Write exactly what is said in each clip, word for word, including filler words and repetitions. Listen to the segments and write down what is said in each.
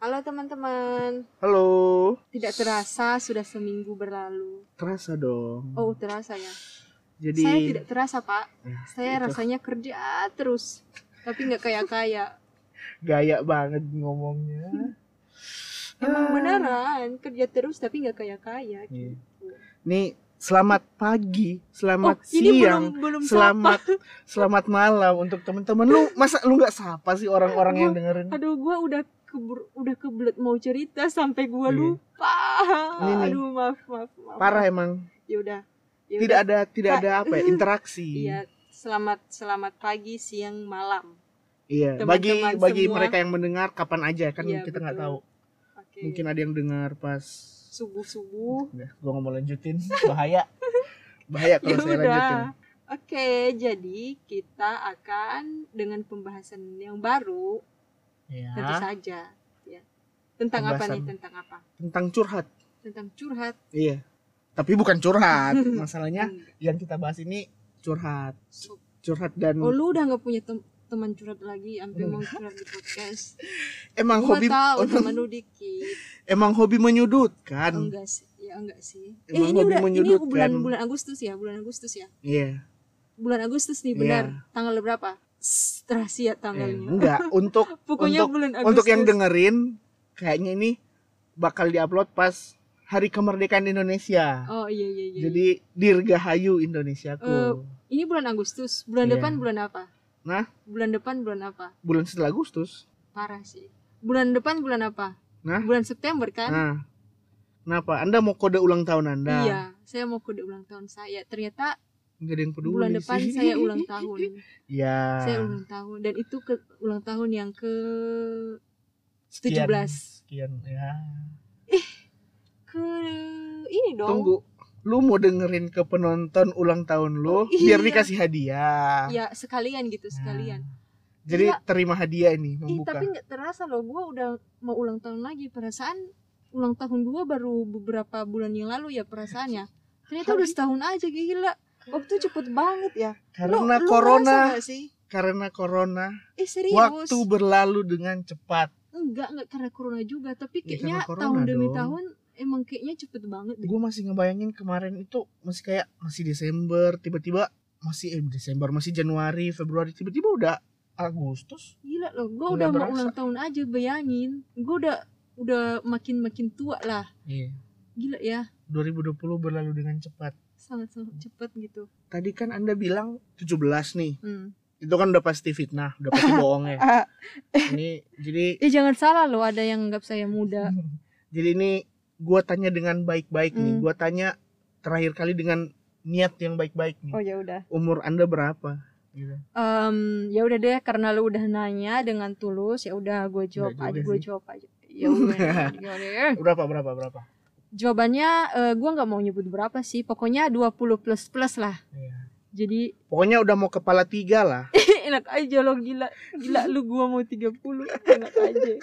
Halo teman-teman. Halo. Tidak terasa sudah seminggu berlalu. Terasa dong. Oh, terasa ya. Jadi saya tidak terasa, Pak. Ya, Saya itu. rasanya kerja terus, tapi nggak kaya-kaya. Gaya banget ngomongnya. Emang Ah. beneran kerja terus tapi nggak kaya-kaya. Iya. Gitu. Nih, selamat pagi, selamat Oh, ini siang, belum belum selamat sapa. selamat malam untuk teman-teman. Lu masa lu nggak sapa sih orang-orang yang dengerin? Aduh, gua udah kebur, udah kebelet mau cerita sampai gua Iya. lupa. Ini nih. Aduh, maaf, maaf, maaf. Parah emang. Ya udah. Ya Tidak udah. ada tidak Pak. ada apa ya, interaksi. Iya, selamat selamat pagi, siang, malam. Iya, bagi Teman-teman bagi semua. mereka yang mendengar kapan aja kan Iya, kita nggak betul. tahu. Oke. Mungkin ada yang dengar pas Subuh-subuh. Udah, gua nggak mau lanjutin, bahaya. Bahaya kalau Ya saya udah. lanjutin. Oke, jadi kita akan dengan pembahasan yang baru, Ya. tentu saja, ya. Tentang apa nih? Pembahasan. Tentang apa? Tentang curhat. Tentang curhat. Iya. Tapi bukan curhat. Masalahnya Enggak. yang kita bahas ini curhat. So- Curhat dan Oh, lu udah nggak punya tem- teman curhat lagi, sampai mau curhat di podcast. emang Gua hobi tahu emang, teman lu dikit. emang hobi menyudutkan. Oh, enggak sih. Ya enggak sih. Eh, Emang ini hobi udah ini menyudutkan. bulan bulan Agustus ya, bulan Agustus ya. Iya. Bulan Agustus nih, Iya. benar. Tanggal berapa? Sss, rahasia Eh, tanggalnya. enggak, untuk Pokoknya untuk bulan Agustus. untuk yang dengerin kayaknya ini bakal diupload pas Hari Kemerdekaan Indonesia. Oh iya iya iya. Jadi Dirgahayu Indonesiaku. Eh, Ini bulan Agustus. Bulan Iya. depan bulan apa? Nah, Bulan depan bulan apa? bulan setelah Agustus. Parah sih. Bulan depan bulan apa? Nah, Bulan September kan? nah. Kenapa? Anda mau kode ulang tahun Anda? Iya, saya mau kode ulang tahun saya. Ternyata Enggak ada yang peduli bulan depan sih. saya ulang tahun. Ya. Saya ulang tahun dan itu ke ulang tahun yang ke Sekian, tujuh belas. Sekian ya. Ke ini dong. Tunggu. Lu mau dengerin ke penonton ulang tahun lu Oh, iya. biar dikasih hadiah. Ya, sekalian gitu, sekalian. Jadi Gila. terima hadiah ini Ih, membuka. tapi nggak terasa loh, gua udah mau ulang tahun lagi. Perasaan ulang tahun gua baru beberapa bulan yang lalu ya perasaannya. Ternyata udah setahun aja, gila. Waktu cepet banget ya. Lu- Karena lu corona, ngerasa nggak sih? karena corona, Eh serius? waktu berlalu dengan cepat. Enggak, enggak karena corona juga, tapi Ya, kayaknya karena corona tahun demi dong. tahun emang kayaknya cepet banget deh. Gue masih ngebayangin kemarin itu masih kayak masih Desember, tiba-tiba masih eh Desember, masih Januari, Februari, tiba-tiba udah Agustus. Gila loh, gua Nggak udah mau berasa. ulang tahun aja, bayangin. Gua udah udah makin-makin tua lah. Iya. Gila ya, dua ribu dua puluh berlalu dengan cepat. sangat-sangat cepet gitu. Tadi kan Anda bilang tujuh belas nih. Hmm. Itu kan udah pasti fitnah, udah pasti bohong ya. Ini jadi Eh jangan salah loh, ada yang anggap saya muda. jadi ini gua tanya dengan baik-baik nih. Hmm. Gua tanya terakhir kali dengan niat yang baik-baik nih. Oh ya udah. Umur Anda berapa? Gitu. Em, ya udah deh, karena lu udah nanya dengan tulus, ya udah gue jawab Nggak juga aja, gue sih. jawab aja. Ya udah, ya udah. Berapa berapa berapa? Jawabannya eh, gue nggak mau nyebut berapa sih, pokoknya dua puluh plus plus lah. Iya. Jadi Pokoknya udah mau kepala tiga lah. enak aja lo, gila, gila lu, gua mau tiga puluh, enak aja.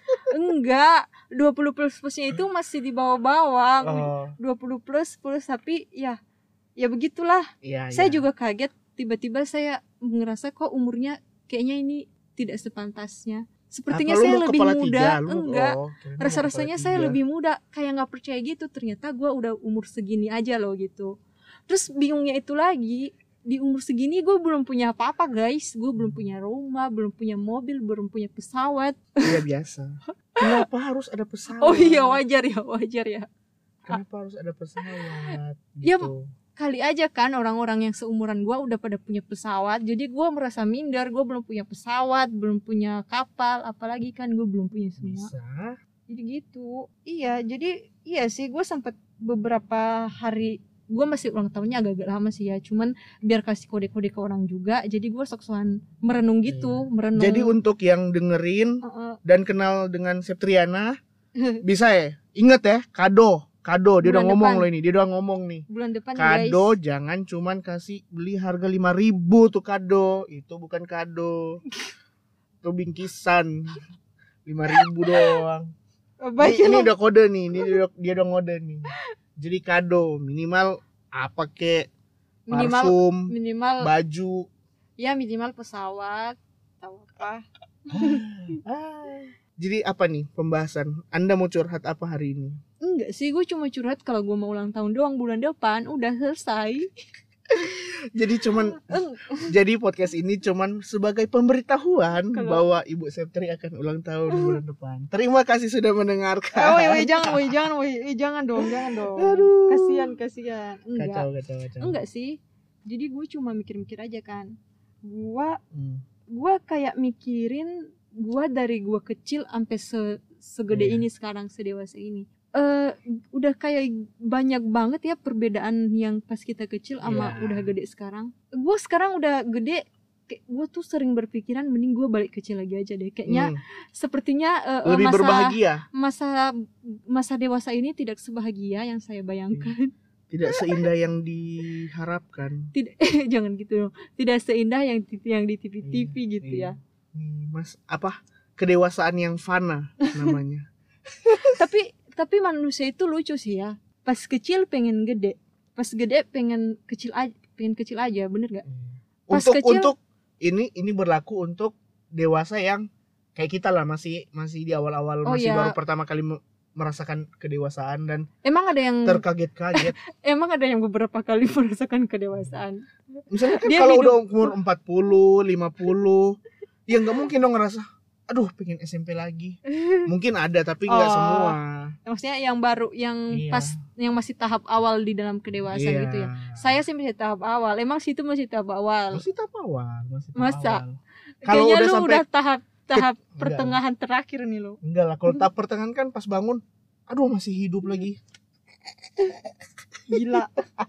Enggak, dua puluh plus plusnya itu masih di bawah-bawah. Oh, dua puluh plus plus tapi ya ya begitulah. iya. Saya iya. juga kaget, tiba-tiba saya ngerasa kok umurnya kayaknya ini tidak sepantasnya. Sepertinya Apa, lu saya mau lebih kepala muda. tiga? Lu- Enggak. oh, kirain lu mau Rasa-rasanya kepala saya tiga. lebih muda, kayak nggak percaya gitu. Ternyata gue udah umur segini aja loh gitu. Terus bingungnya itu lagi, di umur segini gue belum punya apa-apa guys. Gue belum punya rumah, belum punya mobil, belum punya pesawat. Iya biasa. Kenapa harus ada pesawat? Oh iya, wajar ya, wajar ya. Kenapa harus ada pesawat? Ya, Gitu. Kali aja kan orang-orang yang seumuran gue udah pada punya pesawat. Jadi gue merasa minder, gue belum punya pesawat, belum punya kapal. Apalagi kan gue belum punya semua. Bisa. Jadi gitu. Iya, jadi iya sih, gue sempat beberapa hari, gue masih ulang tahunnya agak-agak lama sih ya, cuman biar kasih kode-kode ke orang juga, jadi gue sok-sokan merenung gitu. Iya. Merenung. Jadi untuk yang dengerin Uh-uh. dan kenal dengan Septriana, bisa ya? Ingat ya, kado. Kado, dia Bulan udah ngomong depan. loh ini, dia udah ngomong nih. Bulan depan ya guys. Kado jangan cuman kasih beli harga lima ribu tuh kado. Itu bukan kado. Itu bingkisan. lima ribu doang. Baik, Ini, ini udah kode nih, ini dia, dia udah ngode nih. Jadi kado minimal apa kek? minimal Parfum, minimal baju. ya minimal pesawat, tahu apa. Ah, Jadi apa nih pembahasan? Anda mau curhat apa hari ini? Enggak sih, gue cuma curhat kalau gue mau ulang tahun doang bulan depan, udah selesai. Jadi cuman jadi podcast ini cuman sebagai pemberitahuan Kalau- bahwa Ibu Septri akan ulang tahun bulan depan. Terima kasih sudah mendengarkan. Oh, woi, woi, jangan, woi, jangan, woi, eh, jangan dong, jangan dong. Aduh. Kasihan, kasihan. Enggak, Kacau, kacau, kacau. enggak sih. Jadi gue cuma mikir-mikir aja kan. Gua, Hmm. gua kayak mikirin gua dari gua kecil sampai se segede Iya. ini sekarang, sedewasa ini. Eh udah kayak banyak banget ya perbedaan yang pas kita kecil sama Iya. udah gede sekarang. Gua sekarang udah gede, kayak gue tuh sering berpikiran mending gue balik kecil lagi aja deh. Kayaknya Hmm. sepertinya eh, eh, Lebih masa berbahagia, masa masa dewasa ini tidak sebahagia yang saya bayangkan. tidak seindah yang diharapkan. Tidak, jangan gitu dong. Tidak seindah yang di- yang di T V T V Iya, gitu iya. ya. Nih, Mas, apa? Kedewasaan yang fana namanya. Tapi tapi manusia itu lucu sih ya. Pas kecil pengen gede, pas gede pengen kecil aja, pengen kecil aja, bener gak? Pas Untuk kecil- untuk ini ini berlaku untuk dewasa yang kayak kita lah, masih masih di awal-awal, Oh, masih iya. baru pertama kali me- merasakan kedewasaan dan Emang ada yang terkaget-kaget. emang ada yang beberapa kali merasakan kedewasaan. Misalnya kan Dia kalau hidup- udah umur empat puluh, lima puluh, ya nggak mungkin dong ngerasa aduh pengen S M P lagi. Mungkin ada tapi nggak Oh. semua. Maksudnya yang baru, yang Iya. pas, yang masih tahap awal di dalam kedewasaan Iya. gitu ya. Saya sih masih tahap awal. Emang situ masih tahap awal. Masih tahap awal, masih tahap Masa? awal. Kalau Kayaknya udah lu sampai udah tahap tahap Enggak. pertengahan terakhir nih lo. enggak lah, kalau tahap pertengahan kan pas bangun aduh masih hidup lagi. Gila.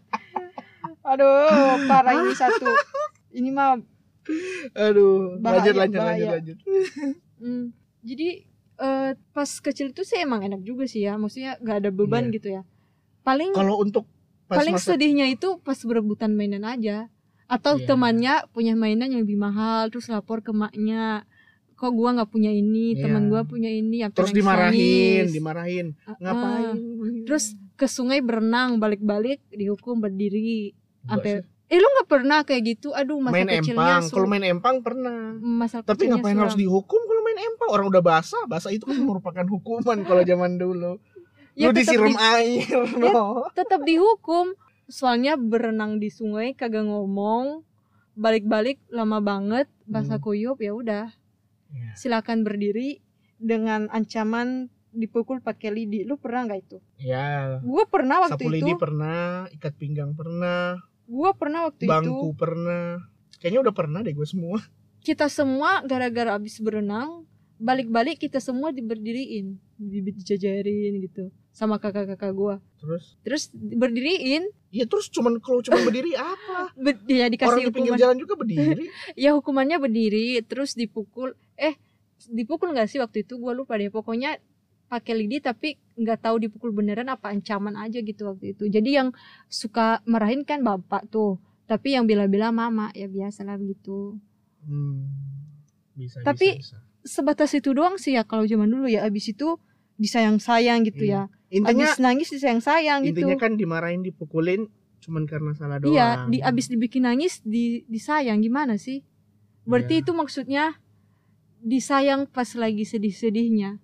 Aduh, parah ini satu. Ini mah Aduh, Bahaya, lanjut lanjut bahaya. lanjut lanjut. hmm, jadi eh, pas kecil itu sih emang enak juga sih ya. Maksudnya gak ada beban Iya. gitu ya. Paling Kalau untuk pas paling masa sedihnya itu pas berebutan mainan aja. Atau Iya. temannya punya mainan yang lebih mahal terus lapor ke maknya. Kok gua nggak punya ini, Iya. teman gua punya ini, sampai terus dimarahin, nangis-nangis. dimarahin. Uh-uh. Ngapain? Terus ke sungai berenang, balik-balik dihukum berdiri. Enggak Sampai sih. eh lu nggak pernah kayak gitu? Aduh, masa main kecilnya empang. su- Kalau main empang pernah. masa Tapi kecilnya ngapain harus suram. dihukum kalau main empang? Orang udah basah, basah itu kan merupakan hukuman kalau zaman dulu. Ya, Lu tetap disiram di- air, no. tetap dihukum. Soalnya berenang di sungai kagak ngomong, balik-balik lama banget, basah Hmm. kuyup, ya udah. Ya. Silakan berdiri dengan ancaman dipukul pakai lidi. Lu pernah nggak itu? Ya, Gua pernah waktu sapu itu. lidi pernah, ikat pinggang pernah, Gua pernah waktu bangku itu. pernah. Kayaknya udah pernah deh gue semua. Kita semua gara-gara abis berenang, balik-balik kita semua diberdiriin, dijajarin gitu sama kakak-kakak gua. Terus, Terus berdiriin, ya terus cuman kalau cuma berdiri apa? be- ya Orang dikasih di pinggir hukuman. jalan juga berdiri. Ya hukumannya berdiri, terus dipukul. Eh, dipukul nggak sih waktu itu? Gua lupa deh. Pokoknya pakai lidi tapi nggak tahu dipukul beneran apa ancaman aja gitu waktu itu. Jadi yang suka marahin kan bapak tuh, tapi yang bela-bela mama, ya biasalah begitu. Hmm, bisa, Tapi- bisa, bisa. Sebatas itu doang sih ya kalau zaman dulu ya. Abis itu disayang-sayang gitu Iya. ya. Intinya Abis nangis disayang-sayang gitu. intinya kan dimarahin, dipukulin cuman karena salah doang. Iya, di abis dibikin nangis di disayang gimana sih? Berarti Iya. itu maksudnya disayang pas lagi sedih-sedihnya.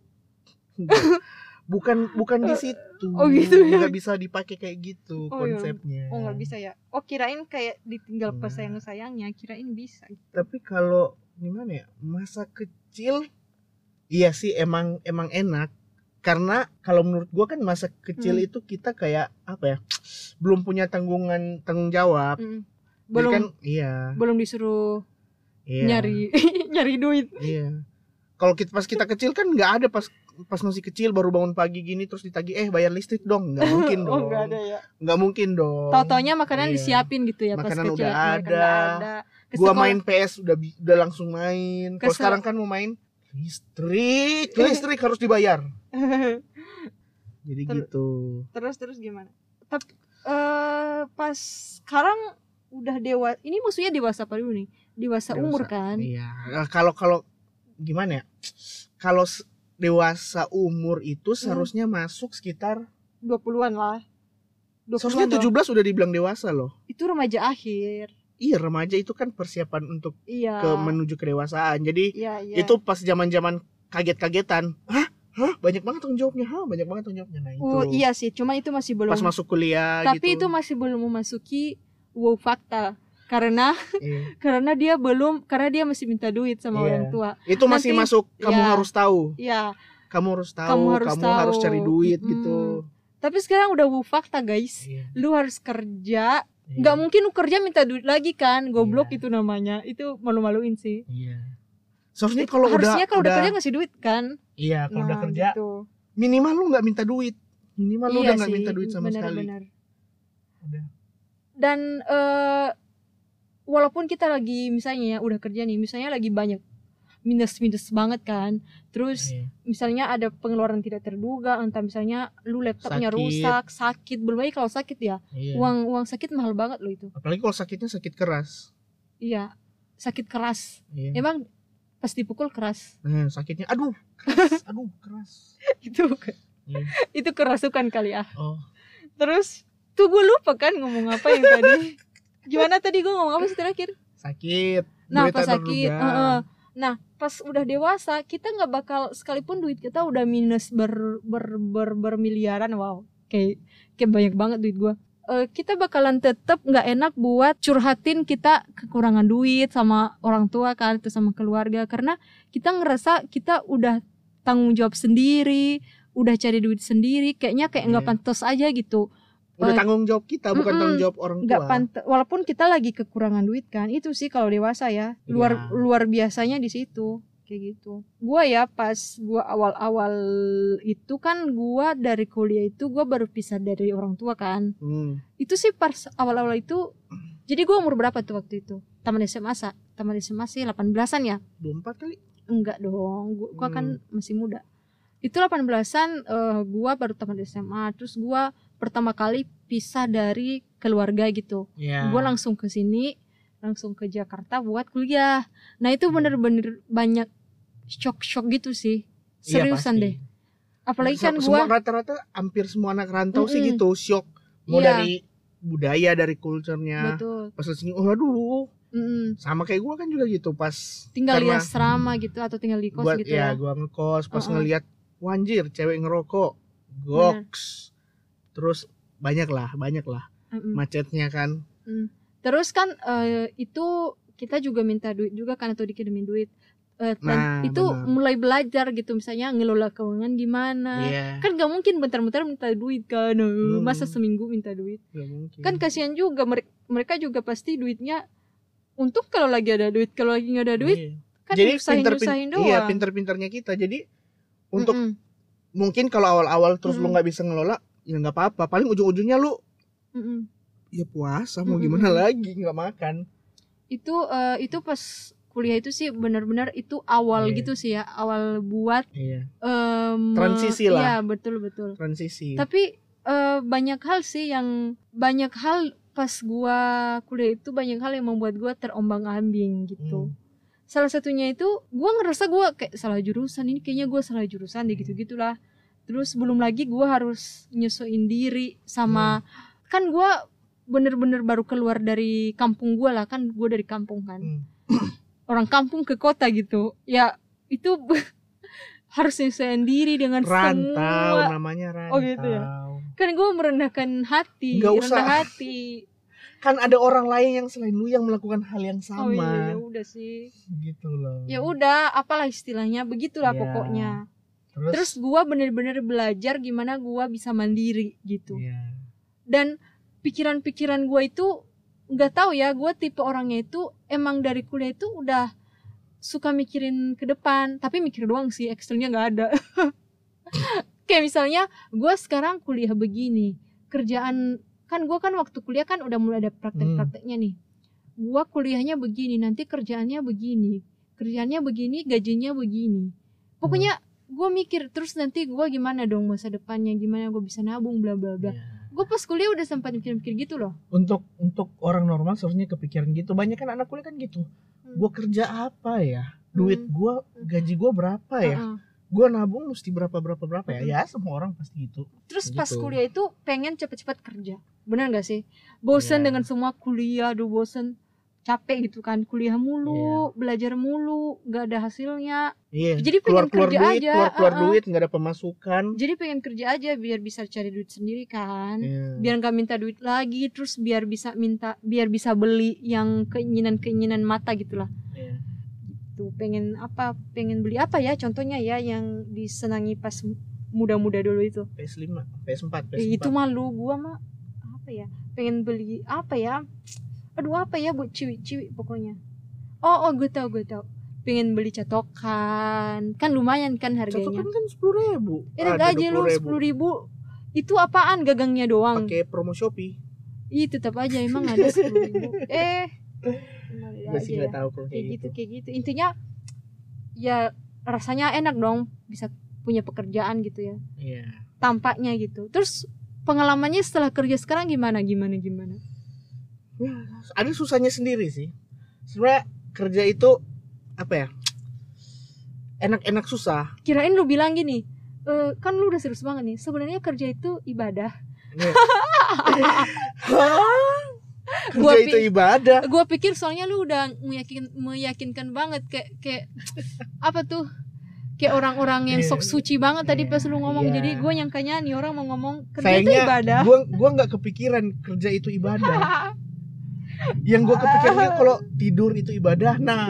bukan bukan di situ. Oh, gitu ya. Nggak bisa dipakai kayak gitu Oh, iya. konsepnya. Oh nggak bisa ya? Oh kirain kayak ditinggal pas Nah. sayang-sayangnya, kirain bisa. Tapi kalau gimana ya, masa kecil iya sih emang emang enak. Karena kalau menurut gua kan masa kecil Hmm. itu kita kayak apa ya, belum punya tanggungan tanggung jawab. Mm. Jadi Belum kan iya, belum disuruh iya, nyari nyari duit. iya. Kalau kita pas kita kecil kan nggak ada, pas pas masih kecil baru bangun pagi gini terus ditagih eh bayar listrik dong, nggak mungkin dong. Oh nggak ada ya. Nggak mungkin dong. Tau-taunya makanan Iya. disiapin gitu ya pas Makanan kecil. udah Makanan ada. udah ada. Ke Gua sekolah- main P S udah bi- udah langsung main. Kalau Kesel- sekarang kan mau main listrik, listrik harus dibayar. Jadi Ter- gitu. terus terus gimana? Tapi eh pas sekarang udah dewa, ini maksudnya dewasa apa dulu nih? Dewasa, Dewasa. umur kan? Iya. Nah, kalau kalau gimana ya? Kalau s- dewasa umur itu seharusnya masuk sekitar dua puluhan lah. dua puluhan seharusnya dong. tujuh belas udah dibilang dewasa loh. Itu remaja akhir. Iya, remaja itu kan persiapan untuk Iya. ke menuju kedewasaan. Jadi Iya, iya. itu pas zaman-zaman kaget-kagetan. Hah? Hah? Banyak banget tanggung jawabnya. Hah? Banyak banget tanggung jawabnya. Nah, itu. Oh iya sih, cuma itu masih belum. Pas masuk kuliah tapi gitu. itu masih belum memasuki wow fakta. Karena Iya. karena dia belum karena dia masih minta duit sama Iya. orang tua. Itu masih Nanti- masuk kamu ya. harus tahu. Ya, Kamu harus tahu, Kamu kamu harus harus, tahu. cari duit Mm-mm. gitu. tapi sekarang udah wow fakta guys. Iya. Lu harus kerja. Iya. Nggak mungkin lu kerja minta duit lagi kan. Goblok Iya. itu namanya. Itu malu-maluin sih. Iya. Seharusnya Itu kalau udah harusnya kalau udah udah- kerja ngasih duit kan. Iya, kalau udah Nah, kerja gitu. minimal lu nggak minta duit. Minimal lu Iya udah nggak sih, minta duit sama sekali. benar-benar. Udah. Dan eh, walaupun kita lagi misalnya ya udah kerja nih, misalnya lagi banyak minus-minus banget kan, terus Iya. misalnya ada pengeluaran tidak terduga, entah misalnya lu laptopnya Sakit. rusak, sakit, belum lagi kalau sakit ya, Iya. uang uang sakit mahal banget loh itu. Apalagi kalau sakitnya sakit keras. Iya, sakit keras. Iya. Emang pas dipukul keras. Nah, sakitnya aduh, keras, aduh, keras. itu Iya. itu kerasukan kali ya. Oh, Terus tuh gue lupa kan ngomong apa yang tadi. Gimana tadi gue ngomong apa sih terakhir? sakit. Nah duit pas tak sakit, terduga. heeh. Nah pas udah dewasa kita nggak bakal sekalipun duit kita udah minus ber ber ber bermiliaran, wow, kayak kayak banyak banget duit gue. Eh, kita bakalan tetap nggak enak buat curhatin kita kekurangan duit sama orang tua kan, atau sama keluarga, karena kita ngerasa kita udah tanggung jawab sendiri, udah cari duit sendiri, kayaknya kayak nggak Iya. pantas aja gitu. Udah Eh, tanggung jawab kita, bukan mm-mm. tanggung jawab orang tua. nggak pantas, walaupun kita lagi kekurangan duit kan, itu sih kalau dewasa ya luar Iya. luar biasanya di situ kayak gitu. Gua ya pas gua awal-awal itu kan gua dari kuliah itu gua baru pisah dari orang tua kan, Hmm. itu sih pas awal-awal itu. Jadi gua umur berapa tuh waktu itu? Taman S M A sa taman S M A sih delapan belasan ya. dua puluh empat kali. Enggak dong, gua, gua kan Hmm. masih muda. Itu delapan belasan, eh, gua baru tamat S M A, terus gua pertama kali pisah dari keluarga gitu. Iya. Gua langsung ke sini, langsung ke Jakarta buat kuliah. Nah, itu Hmm. bener-bener banyak shock-shock gitu sih. Iya, Seriusan pasti. deh. Apalagi Se- kan semua gua rata-rata hampir semua anak rantau sih Mm-mm. gitu, shock. Mau Iya. dari budaya, dari kulturnya. betul. Pas kesini, oh aduh, Mm-mm. sama kayak gua kan juga gitu pas Tinggal di karena asrama gitu atau tinggal di kos gua, gitu ya, ya. gua ngekos pas Uh-uh. ngelihat wanjir cewek ngerokok, goks. Terus banyak lah, banyak lah Mm-mm. macetnya kan. Terus kan eh, itu kita juga minta duit juga kan, atau dikirimin duit. Eh, Nah, dan itu benar. mulai belajar gitu, misalnya ngelola keuangan gimana. Iya, Kan gak mungkin bentar-bentar minta duit kan. Eh, Hmm. Masa seminggu minta duit? nggak mungkin. Kan kasihan juga, mereka mereka juga pasti duitnya untung kalau lagi ada duit, kalau lagi nggak ada duit Iya. kan Jadi nyusahin pinter, nyusahin doang. iya pinter-pinternya kita. Jadi untuk Mm-mm. mungkin kalau awal-awal terus lu Mm-mm. nggak bisa ngelola, ya nggak apa-apa. Paling ujung-ujungnya lu Mm-mm. ya puasa mau Mm-mm. gimana lagi, nggak makan. itu eh, itu pas kuliah itu sih benar-benar itu awal Iya. gitu sih ya, awal buat Iya, em, Transisi lah. Iya betul betul. transisi. Tapi eh, banyak hal sih yang banyak hal pas gua kuliah itu, banyak hal yang membuat gua terombang-ambing gitu. Hmm. Salah satunya itu gua ngerasa gua kayak salah jurusan, ini kayaknya gua salah jurusan deh gitu-gitulah. Terus belum lagi gua harus nyesuaiin diri sama kan gua bener-bener baru keluar dari kampung gua lah, kan gua dari kampung kan. Hmm. Orang kampung ke kota gitu. Ya itu harus nyesuaiin diri dengan Rantau semua. namanya, rantau. Oh, gitu ya? Kan gue merendahkan hati, Nggak usah. rendah hati. Kan ada orang lain yang selain lu yang melakukan hal yang sama. Oh iya, ya udah sih. Gitu loh. Ya udah, apalah istilahnya, begitulah Iya. pokoknya. Terus, Terus gue bener-bener belajar gimana gue bisa mandiri gitu. iya. Dan pikiran-pikiran gue itu nggak tahu ya, gue tipe orangnya itu emang dari kuliah itu udah suka mikirin ke depan, tapi mikir doang sih, actionnya nggak ada. Kayak misalnya gue sekarang kuliah begini, kerjaan kan gue kan waktu kuliah kan udah mulai ada praktek-prakteknya nih. Gue kuliahnya begini, nanti kerjaannya begini, kerjaannya begini, gajinya begini. Pokoknya gue mikir terus nanti gue gimana dong masa depannya, gimana gue bisa nabung, bla bla bla. Iya. Gue pas kuliah udah sempat mikir-mikir gitu loh. Untuk untuk orang normal seharusnya kepikiran gitu. Banyak kan anak kuliah kan gitu. Gua kerja apa ya? Duit Hmm. gua, gaji gua berapa ya? Uh-uh. Gua nabung mesti berapa berapa berapa ya? Mm. Ya semua orang pasti gitu. Terus Gitu. pas kuliah itu pengen cepet-cepet kerja, benar gak sih? Bosen Iya. dengan semua kuliah, aduh bosen. capek gitu kan, kuliah mulu, yeah. belajar mulu, gak ada hasilnya. Iya. Jadi pengen keluar, kerja keluar duit, aja, keluar keluar uh-uh. duit, nggak ada pemasukan. Jadi pengen kerja aja biar bisa cari duit sendiri kan, yeah. biar nggak minta duit lagi, terus biar bisa minta, biar bisa beli yang keinginan-keinginan mata gitulah. Yeah. Gitu. Pengen apa? Pengen beli apa ya? Contohnya ya yang disenangi pas muda-muda dulu itu. P S lima, P S empat, P S empat. Eh, itu malu gua mah apa ya? Pengen beli apa ya? Aduh apa ya buat ciwi-ciwi pokoknya. Oh, oh gue tau, gue tau. Pengen beli catokan. Kan lumayan kan harganya. Catokan kan sepuluh ribu. Enak aja lu sepuluh ribu. Itu apaan gagangnya doang? Pakai promo Shopee. Ih tetap aja emang ada sepuluh ribu. Eh. Gue sih gak tahu kalau kayak gitu. Kayak gitu. Intinya ya rasanya enak dong bisa punya pekerjaan gitu ya. Iya. Tampaknya gitu. Terus pengalamannya setelah kerja sekarang gimana? Gimana gimana? Ada susahnya sendiri sih. Sebenarnya kerja itu apa ya? Enak-enak susah. Kirain lu bilang gini, e, kan lu udah serius banget nih. Sebenarnya kerja itu ibadah. Kerja gua itu pi- ibadah. Gua pikir soalnya lu udah meyakin, meyakinkan banget kayak kayak apa tuh? Kayak orang-orang yang sok suci banget tadi pas lu ngomong. Yeah. Jadi gue nyangkanya nih orang mau ngomong kerja Sayangnya, itu ibadah. Gue gue nggak kepikiran kerja itu ibadah. Yang gue kepikirannya kalau tidur itu ibadah, nah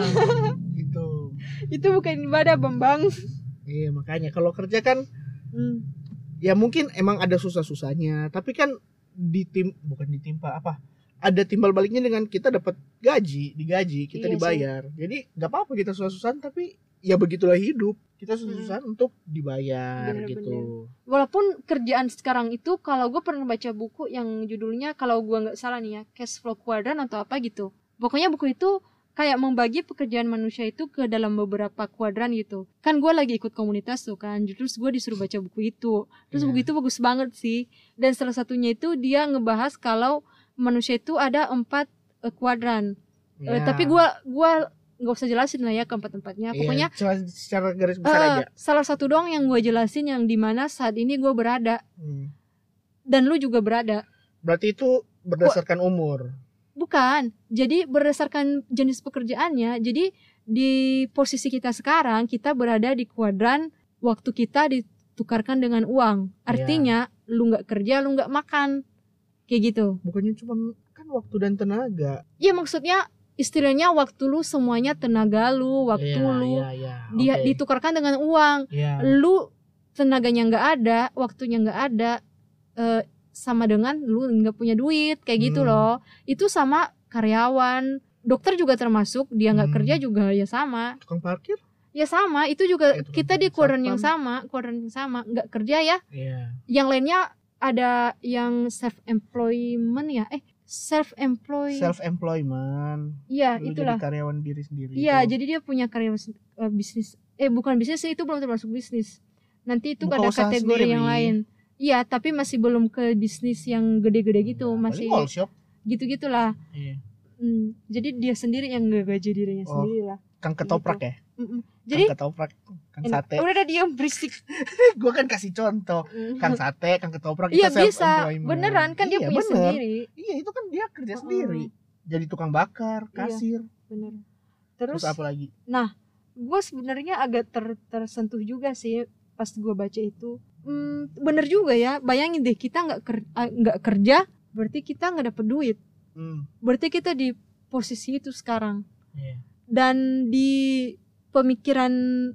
gitu. Itu bukan ibadah Bambang. Iya makanya kalau kerja kan, hmm. ya mungkin emang ada susah-susahnya, tapi kan ditim bukan ditimpa apa? Ada timbal baliknya dengan kita dapat gaji, digaji, kita iya, dibayar. Sih. Jadi nggak apa-apa kita susah-susahan, tapi ya begitulah hidup. Kita susah-susahan hmm. untuk dibayar. Bener, gitu. Bener. Walaupun kerjaan sekarang itu, kalau gue pernah baca buku yang judulnya, kalau gue nggak salah nih ya, Cash Flow Quadrant atau apa gitu. Pokoknya buku itu kayak membagi pekerjaan manusia itu ke dalam beberapa kuadran gitu. Kan gue lagi ikut komunitas tuh kan, terus gue disuruh baca buku itu. Terus yeah. buku itu bagus banget sih. Dan salah satunya itu dia ngebahas kalau manusia itu ada empat uh, kuadran. Yeah. Uh, tapi gue gue nggak usah jelasin lah ya keempat-empatnya. Pokoknya yeah, secara garis besar uh, aja. Salah satu doang yang gue jelasin yang dimana saat ini gue berada hmm. dan lu juga berada. Berarti itu berdasarkan gua, umur? Bukan. Jadi berdasarkan jenis pekerjaannya. Jadi di posisi kita sekarang kita berada di kuadran waktu kita ditukarkan dengan uang. Artinya yeah. lu nggak kerja, lu nggak makan, kayak gitu. Bukannya cuma kan waktu dan tenaga? Iya maksudnya. Istilahnya waktu lu semuanya tenaga lu, waktu yeah, lu yeah, yeah. dia okay. ditukarkan dengan uang. Yeah. Lu tenaganya nggak ada, waktunya nggak ada, e, sama dengan lu nggak punya duit kayak hmm. gitu loh. Itu sama karyawan, dokter juga termasuk, dia nggak hmm. kerja juga ya sama. Tukang parkir? Ya sama, itu juga eh, kita di kuadran yang sama, kuadran yang sama, nggak kerja ya. Yeah. Yang lainnya ada yang self employment ya, eh. self employed self employment iya itulah jadi karyawan diri sendiri iya jadi dia punya karyawan uh, bisnis eh bukan bisnis itu belum termasuk bisnis nanti itu buka ada kategori sendiri. Yang lain iya tapi masih belum ke bisnis yang gede-gede gitu nah, masih gitu gitulah iya. hmm, jadi dia sendiri yang ngegaji dirinya oh, sendiri lah kang ketoprak gitu. Ya Mm-mm. Jadi kang ketoprak kang sate udah ada diam berisik gue kan kasih contoh kang sate kang ketoprak iya bisa beneran kan dia iya, punya bener. Sendiri iya itu kan dia kerja uh-huh. sendiri jadi tukang bakar kasir iya, bener terus, terus apa lagi nah gue sebenarnya agak ter, tersentuh juga sih pas gue baca itu hmm, bener juga ya bayangin deh kita nggak ker, nggak kerja berarti kita nggak dapet duit hmm. berarti kita di posisi itu sekarang yeah. dan di pemikiran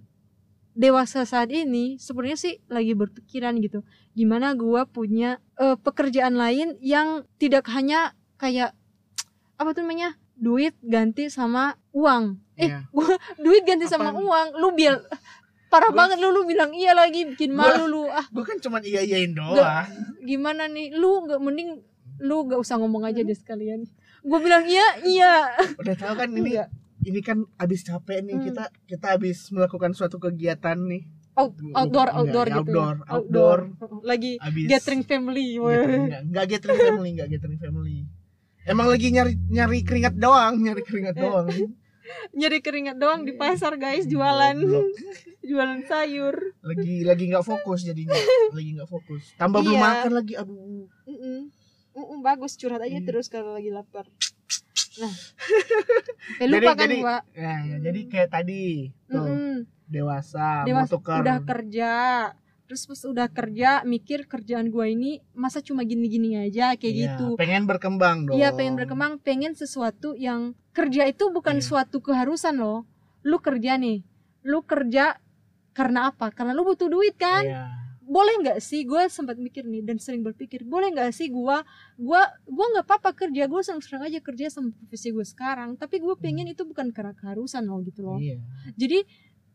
dewasa saat ini sebenarnya sih lagi berpikiran gitu gimana gue punya uh, pekerjaan lain yang tidak hanya kayak apa tuh namanya duit ganti sama uang eh yeah. gua, duit ganti Apaan? Sama uang lu biar parah gua, banget lu lu bilang iya lagi bikin malu gua, lu ah gue kan cuma iya iyain doang gak, gimana nih lu nggak mending lu nggak usah ngomong aja deh sekalian gue bilang iya iya udah tahu kan ini gak. Ini kan abis capek nih hmm. kita kita abis melakukan suatu kegiatan nih Out, outdoor outdoor enggak, gitu outdoor, ya? outdoor outdoor lagi abis, gathering family enggak, enggak gathering family enggak gathering family emang lagi nyari nyari keringat doang nyari keringat doang nyari keringat doang di pasar guys jualan jualan sayur lagi lagi nggak fokus jadinya lagi nggak fokus tambah iya. Belum makan lagi aduh Mm-mm. Mm-mm, bagus curhat aja iya. Terus kalau lagi lapar nah Sampai lupa kan jadi, gua. Ya, ya, jadi kayak tadi tuh, Mm-mm. dewasa, Dewasa mau tuker. udah kerja. Terus pas udah kerja mikir kerjaan gua ini masa cuma gini-gini aja kayak Iya, gitu. pengen berkembang dong. Iya, pengen berkembang, pengen sesuatu yang kerja itu bukan Iya. suatu keharusan loh. Lu kerja nih. Lu kerja karena apa? Karena lu butuh duit kan? Iya. Boleh nggak sih, gue sempat mikir nih dan sering berpikir, boleh nggak sih gue gue gue nggak apa-apa kerja, gue senang-senang aja kerja sama profesi gue sekarang, tapi gue pengen itu bukan karena keharusan loh gitu loh. Iya. Jadi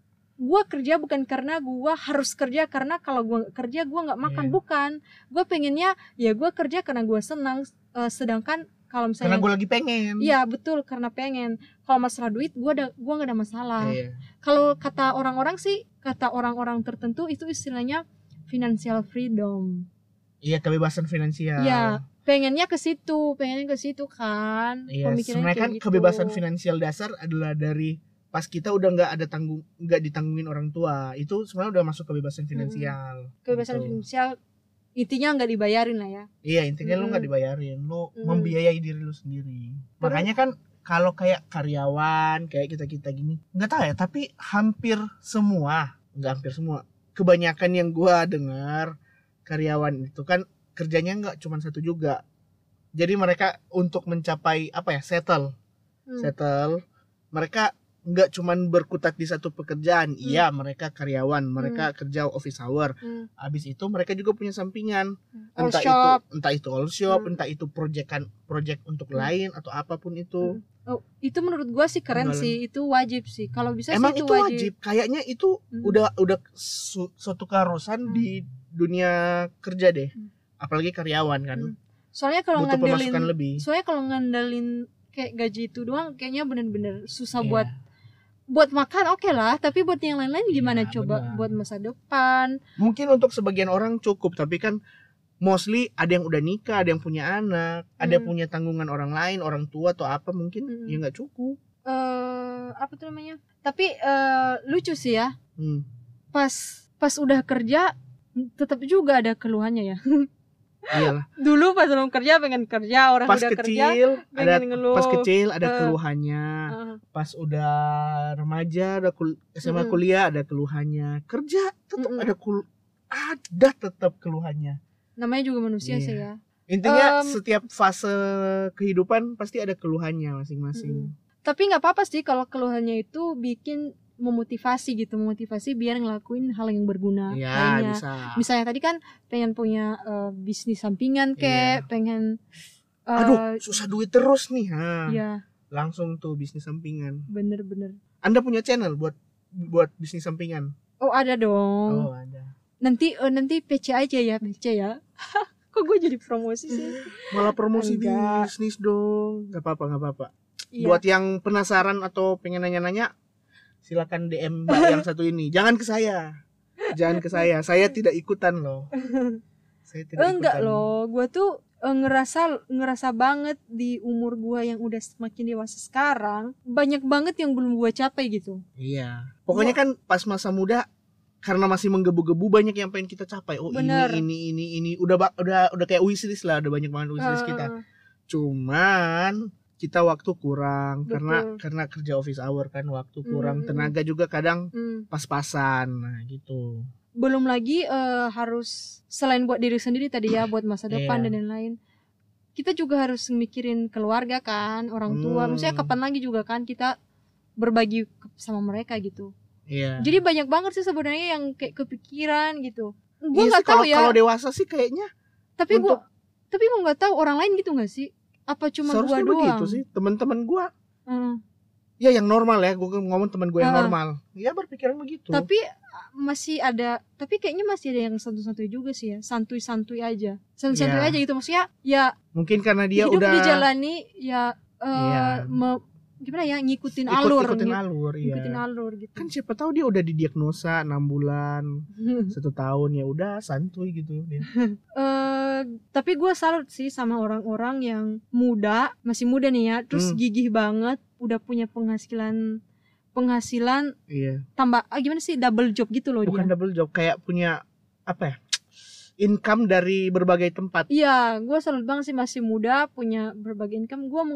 gue kerja bukan karena gue harus kerja, karena kalau gue nggak kerja gue nggak makan, Iya. bukan. Gue pengennya ya gue kerja karena gue senang, uh, sedangkan kalau Karena misalnya gue lagi pengen. iya betul, karena pengen. Kalau masalah duit gue ada gue nggak ada masalah. Iya. Kalau kata orang-orang sih, kata orang-orang tertentu itu istilahnya financial freedom. Iya, kebebasan finansial. Iya, pengennya ke situ, pengennya ke situ kan. Iya, Pemikirannya sebenarnya kan kayak gitu. kebebasan finansial dasar adalah dari pas kita udah nggak ada tanggung, nggak ditanggungin orang tua, itu sebenarnya udah masuk kebebasan finansial. Kebebasan gitu. finansial intinya nggak dibayarin lah ya. Iya, intinya lu Mm-mm. nggak dibayarin, lu Mm-mm. membiayai diri lu sendiri. Makanya kan kalau kayak karyawan kayak kita kita gini, nggak tahu ya, tapi hampir semua, nggak hampir semua, kebanyakan yang gua dengar karyawan itu kan kerjanya nggak cuma satu juga. Jadi mereka untuk mencapai apa ya, settle, Hmm. settle, mereka nggak cuman berkutat di satu pekerjaan. Hmm. Iya, mereka karyawan, mereka kerja office hour. Hmm. Habis itu mereka juga punya sampingan. All Entah shop. itu entah itu all shop, Hmm. entah itu proyekan project untuk Hmm. lain atau apapun itu. Hmm. Oh, itu menurut gua sih keren Jualan. sih, itu wajib sih. Kalau bisa Emang sih itu itu wajib. Kayaknya itu Hmm. udah udah su- suatu keharusan Hmm. di dunia kerja deh. Hmm. Apalagi karyawan kan. Hmm. Soalnya kalau Butuh ngandelin pemasukan lebih. soalnya kalau ngandelin kayak gaji itu doang kayaknya bener-bener susah Iya. buat buat makan oke lah, tapi buat yang lain-lain gimana Iya, coba? benar. Buat masa depan. Mungkin untuk sebagian orang cukup, tapi kan mostly ada yang udah nikah, ada yang punya anak, ada Hmm. punya tanggungan orang lain, orang tua atau apa, mungkin Hmm. ya nggak cukup. Eh apa tuh namanya? Tapi eh, lucu sih ya. Hmm. Pas pas udah kerja tetap juga ada keluhannya ya. Iyalah. Dulu pas belum kerja pengen kerja, orang Pas udah kerja kecil ada pengen ngeluh. pas kecil ada Eh. keluhannya. Heeh. Pas udah remaja, ada kul- S M A Mm-mm. kuliah ada keluhannya. Kerja tetap Mm-mm. ada kul ada tetap keluhannya. Namanya juga Iya. manusia sih ya. Intinya Em, setiap fase kehidupan pasti ada keluhannya masing-masing. Tapi nggak apa-apa sih kalau keluhannya itu bikin memotivasi gitu, memotivasi biar ngelakuin hal yang berguna Iya, lainnya. bisa. Misalnya tadi kan pengen punya eh, bisnis sampingan Iya. kayak pengen eh, Aduh, susah duit terus nih. Ha. ya Langsung tuh bisnis sampingan. bener-bener. Anda punya channel buat buat bisnis sampingan? Oh ada dong. Oh, ada. Nanti eh, nanti P C aja ya, P C ya. Kok gue jadi promosi sih? Malah promosi Enggak. bisnis dong. Gak apa-apa, gak apa-apa. Iya. Buat yang penasaran atau pengen nanya-nanya, silakan D M Mbak yang satu ini. Jangan ke saya. Jangan ke saya. Saya tidak ikutan loh. Saya tidak Eh, enggak ikutan. loh, gue tuh eh, ngerasa ngerasa banget di umur gue yang udah semakin dewasa sekarang, banyak banget yang belum gue capai gitu. Iya. Pokoknya kan pas masa muda karena masih menggebu-gebu banyak yang pengen kita capai. Oh, Bener. ini ini ini ini udah ba- udah udah kayak wishlist lah, udah banyak banget wishlist kita. Eh, Cuman kita waktu kurang karena Betul. karena kerja office hour kan, waktu kurang, Mm, mm, tenaga juga kadang hmm. pas-pasan. Nah, gitu. Belum lagi eh, harus selain buat diri sendiri tadi ya, buat masa depan Iya. dan lain-lain. Kita juga harus mikirin keluarga kan, orang tua. Hmm. Maksudnya kapan lagi juga kan kita berbagi ke- sama mereka gitu. Iya. Jadi banyak banget sih sebenarnya yang kayak kepikiran gitu. Gue Iya nggak sih, kalau tahu ya. kalau dewasa sih kayaknya Tapi gue untuk- tapi gue nggak tahu orang lain gitu nggak sih? Apa cuma gue seharusnya doang? begitu sih. Teman-teman gua Hmm. ya yang normal ya, gua ngomong teman gue yang Ah. normal. Ya berpikiran begitu. Tapi uh, masih ada, tapi kayaknya masih ada yang santuy-santuy juga sih ya, santuy-santuy aja, santuy-santuy Iya. aja gitu maksudnya. Ya Mungkin karena dia hidup udah dijalani ya, uh, Iya. me- gimana ya, ngikutin ikut, alur, ikutin ngik- alur, iya. ngikutin alur gitu. Kan siapa tahu dia udah didiagnosa enam bulan, satu tahun, ya udah santuy gitu dia. Eh, tapi gue salut sih sama orang-orang yang muda, masih muda nih ya, terus Hmm. gigih banget, udah punya penghasilan penghasilan Iya. tambah ah, gimana sih, double job gitu loh Bukan dia. double job, kayak punya apa ya? Income dari berbagai tempat. Iya, gue salut banget sih, masih muda punya berbagai income. Gue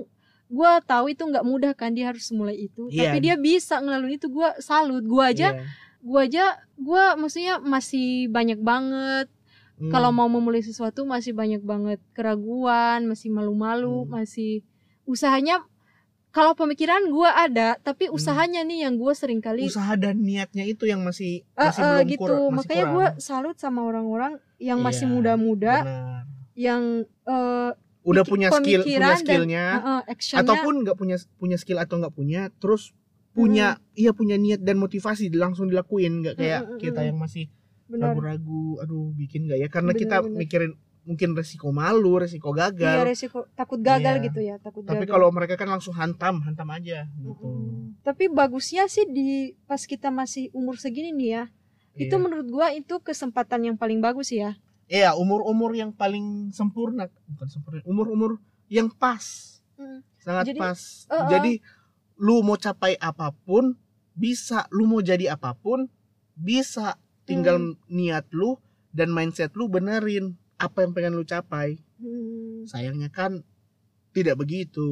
gua tahu itu nggak mudah kan, dia harus mulai itu. Iya. Tapi dia bisa ngelalui itu, gua salut. Gua aja Iya. gua aja gua maksudnya masih banyak banget Hmm. kalau mau memulai sesuatu, masih banyak banget keraguan, masih malu-malu, Hmm. masih usahanya. Kalau pemikiran gue ada, tapi Hmm. usahanya nih yang gue sering kali usaha dan niatnya itu yang masih uh, masih uh, belum gitu. kurang, masih Makanya kurang. gue salut sama orang-orang yang masih Iya, muda-muda, benar. yang uh, Udah Pik- punya skill, punya pemikiran dan, skillnya, uh, uh, actionnya. ataupun nggak punya punya skill atau nggak punya, terus punya iya punya niat dan motivasi langsung dilakuin, nggak kayak Mm, mm, kita mm. yang masih Benar. ragu-ragu, aduh bikin nggak ya, karena Benar, kita benar. mikirin mungkin resiko malu, resiko Iya, gagal. resiko takut gagal Iya. gitu ya, takut Tapi gagal. kalau mereka kan langsung hantam, hantam aja gitu. Mm-mm. Tapi bagusnya sih di pas kita masih umur segini nih ya, Iya. itu menurut gua itu kesempatan yang paling bagus ya. Iya, umur-umur yang paling sempurna, bukan sempurna, umur-umur yang pas. Mm. Sangat Jadi, pas. uh, uh. Jadi lu mau capai apapun bisa, lu mau jadi apapun bisa, tinggal Hmm. niat lu dan mindset lu benerin apa yang pengen lu capai. Hmm. Sayangnya kan tidak begitu.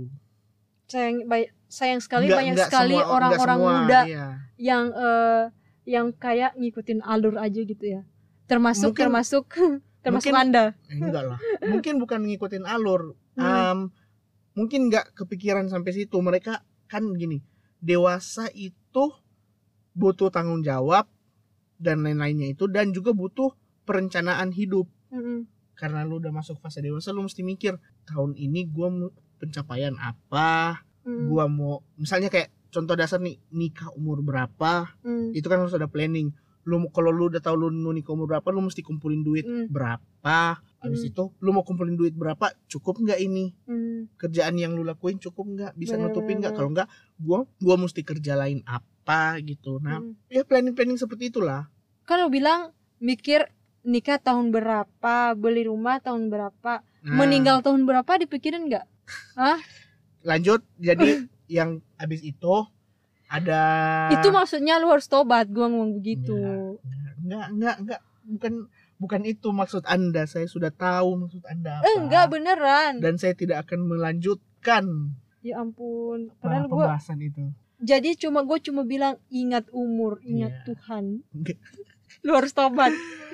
Sayang baik sayang sekali Nggak- banyak nggak sekali semua- nggak orang-orang semua, muda iya. yang eh, yang kayak ngikutin alur aja gitu ya. Termasuk Mungkin- termasuk termasuk mungkin- Anda. Eh, enggak lah. Mungkin bukan ngikutin alur. Hmm. Um, mungkin nggak kepikiran sampai situ. Mereka kan gini, dewasa itu butuh tanggung jawab dan lain-lainnya itu, dan juga butuh perencanaan hidup. Mm-mm. Karena lu udah masuk fase dewasa, lu mesti mikir tahun ini gua mau pencapaian apa, Mm. gua mau misalnya kayak contoh dasar nih, nikah umur berapa, Mm. itu kan harus ada planning. Lu kalau lu udah tahu lu mau nikah umur berapa, lu mesti kumpulin duit Mm. berapa. Habis Mm. itu lu mau kumpulin duit berapa, cukup nggak ini? Mm. Kerjaan yang lu lakuin cukup nggak? Bisa Bener, nutupin nggak? bener, Kalau nggak, gua gua mesti kerja lain apa gitu. Nah, Mm. ya planning-planning seperti itulah. Kan lo bilang mikir nikah tahun berapa, beli rumah tahun berapa, Nah, meninggal tahun berapa dipikirin nggak? Hah? lanjut. Jadi yang habis itu ada Itu maksudnya lu harus tobat, gua ngomong begitu. Enggak, enggak, enggak, bukan bukan itu maksud Anda. Saya sudah tahu maksud Anda apa. Eh, enggak beneran. Dan saya tidak akan melanjutkan Ya ampun. nah, Padahal gua pembahasan itu. jadi cuma gue cuma bilang ingat umur, ingat Iya. Tuhan. Enggak. Lu harus tobat.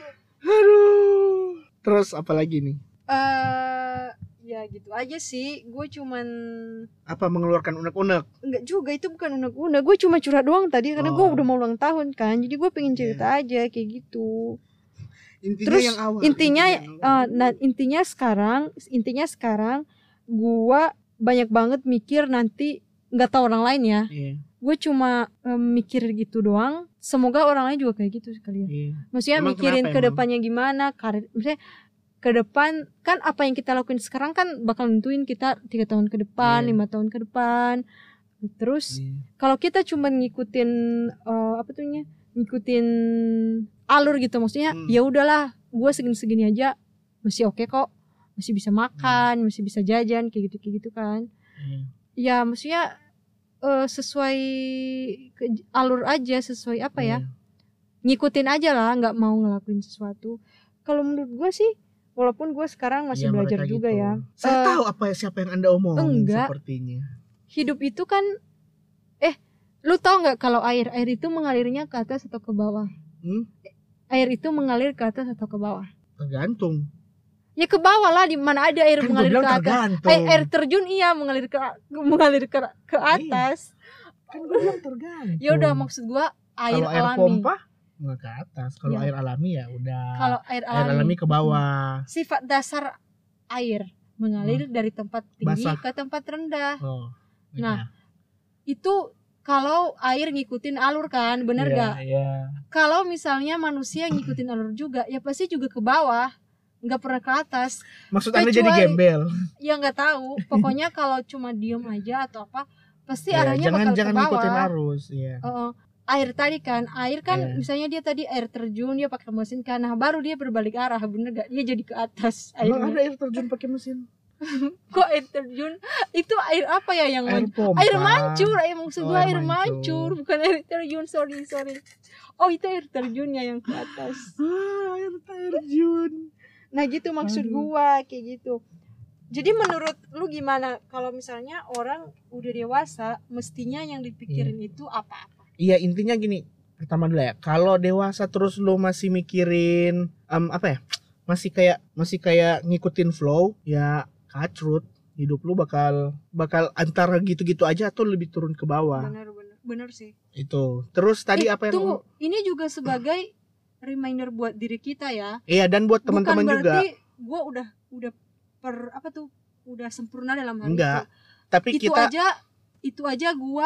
Aduh. Terus apa lagi nih? Eh ya gitu aja sih. Gue cuman Apa mengeluarkan unek-unek? enggak juga, itu bukan unek-unek. Gue cuma curhat doang tadi karena gue Oh. udah mau ulang tahun kan. Jadi gue pengen cerita aja kayak gitu. Intinya Terus yang awal. intinya yang awal. eh, nah intinya sekarang, intinya sekarang gue banyak banget mikir nanti, nggak tahu orang lain ya. Iya, Gue cuma eh, mikir gitu doang. Semoga orang lain juga kayak gitu sekali ya. iya. Maksudnya Emang mikirin kenapa ke emang? depannya gimana, karir, misalnya ke depan kan apa yang kita lakuin sekarang kan bakal nentuin kita tiga tahun ke depan, Iya. lima tahun ke depan. Terus Iya. kalau kita cuma ngikutin eh, apa tuh nya, ngikutin alur gitu, maksudnya Hmm. ya udahlah, gue segini-segini aja masih oke kok, masih bisa makan, masih bisa jajan kayak gitu kayak gitu kan. Iya. Ya maksudnya eh, sesuai ke- alur aja, sesuai apa ya, Iya. ngikutin aja lah, nggak mau ngelakuin sesuatu. Kalau menurut gue sih, walaupun gue sekarang masih Iya, belajar mereka juga gitu. ya, Saya Eh, tahu apa siapa yang Anda omongin enggak. sepertinya. hidup itu kan, eh, lu tau nggak kalau air air itu mengalirnya ke atas atau ke bawah? Hmm? Air itu mengalir ke atas atau ke bawah? Tergantung. Ya ke bawah lah, di mana ada air Kan gue mengalir bilang ke atas. tergantung. Air, air terjun iya mengalir ke mengalir ke ke atas. Kan gue bilang tergantung. Ya udah, maksud gue air Kalau air alami. pompa nggak ke atas. Kalau Ya. air alami ya udah. Kalau air air alami, alami ke bawah. sifat dasar air mengalir dari tempat tinggi Basah. ke tempat rendah. Oh. Nah, itu kalau air ngikutin alur kan, bener Iya, gak? Iya. Kalau misalnya manusia ngikutin alur juga, ya pasti juga ke bawah, nggak pernah ke atas. Maksud Anda jadi Kecuali- gembel. Ya nggak tahu. Pokoknya kalau cuma diem aja atau apa, pasti Ya, arahnya jangan bakal jangan ke bawah. ngikutin arus, ya. Uh, air tadi kan, air kan Iya. misalnya dia tadi air terjun, dia pakai mesin kan, nah baru dia berbalik arah, bener gak? Dia jadi ke atas Emang airnya. ada air terjun pakai mesin? Kok air terjun? Itu air apa ya yang Air man- pompa. air mancur, air maksud Oh, gua air air mancur, mancur. bukan air terjun, sorry sorry. Oh itu air terjunnya yang ke atas. Ah, air terjun. Nah gitu maksud Aduh. gua kayak gitu. Jadi menurut lu gimana kalau misalnya orang udah dewasa mestinya yang dipikirin hmm. itu apa-apa? Iya, intinya gini, pertama dulu ya, kalau dewasa terus lu masih mikirin um, apa ya, masih kayak masih kayak ngikutin flow, ya kacrut, hidup lu bakal bakal antara gitu-gitu aja atau lebih turun ke bawah. Benar benar benar sih. Itu. Terus tadi eh, apa yang tunggu, ini juga sebagai reminder buat diri kita ya. Iya, dan buat teman-teman juga. Bukan berarti gue udah udah per apa tuh udah sempurna dalam hal Enggak, itu. Tapi itu kita aja itu aja gue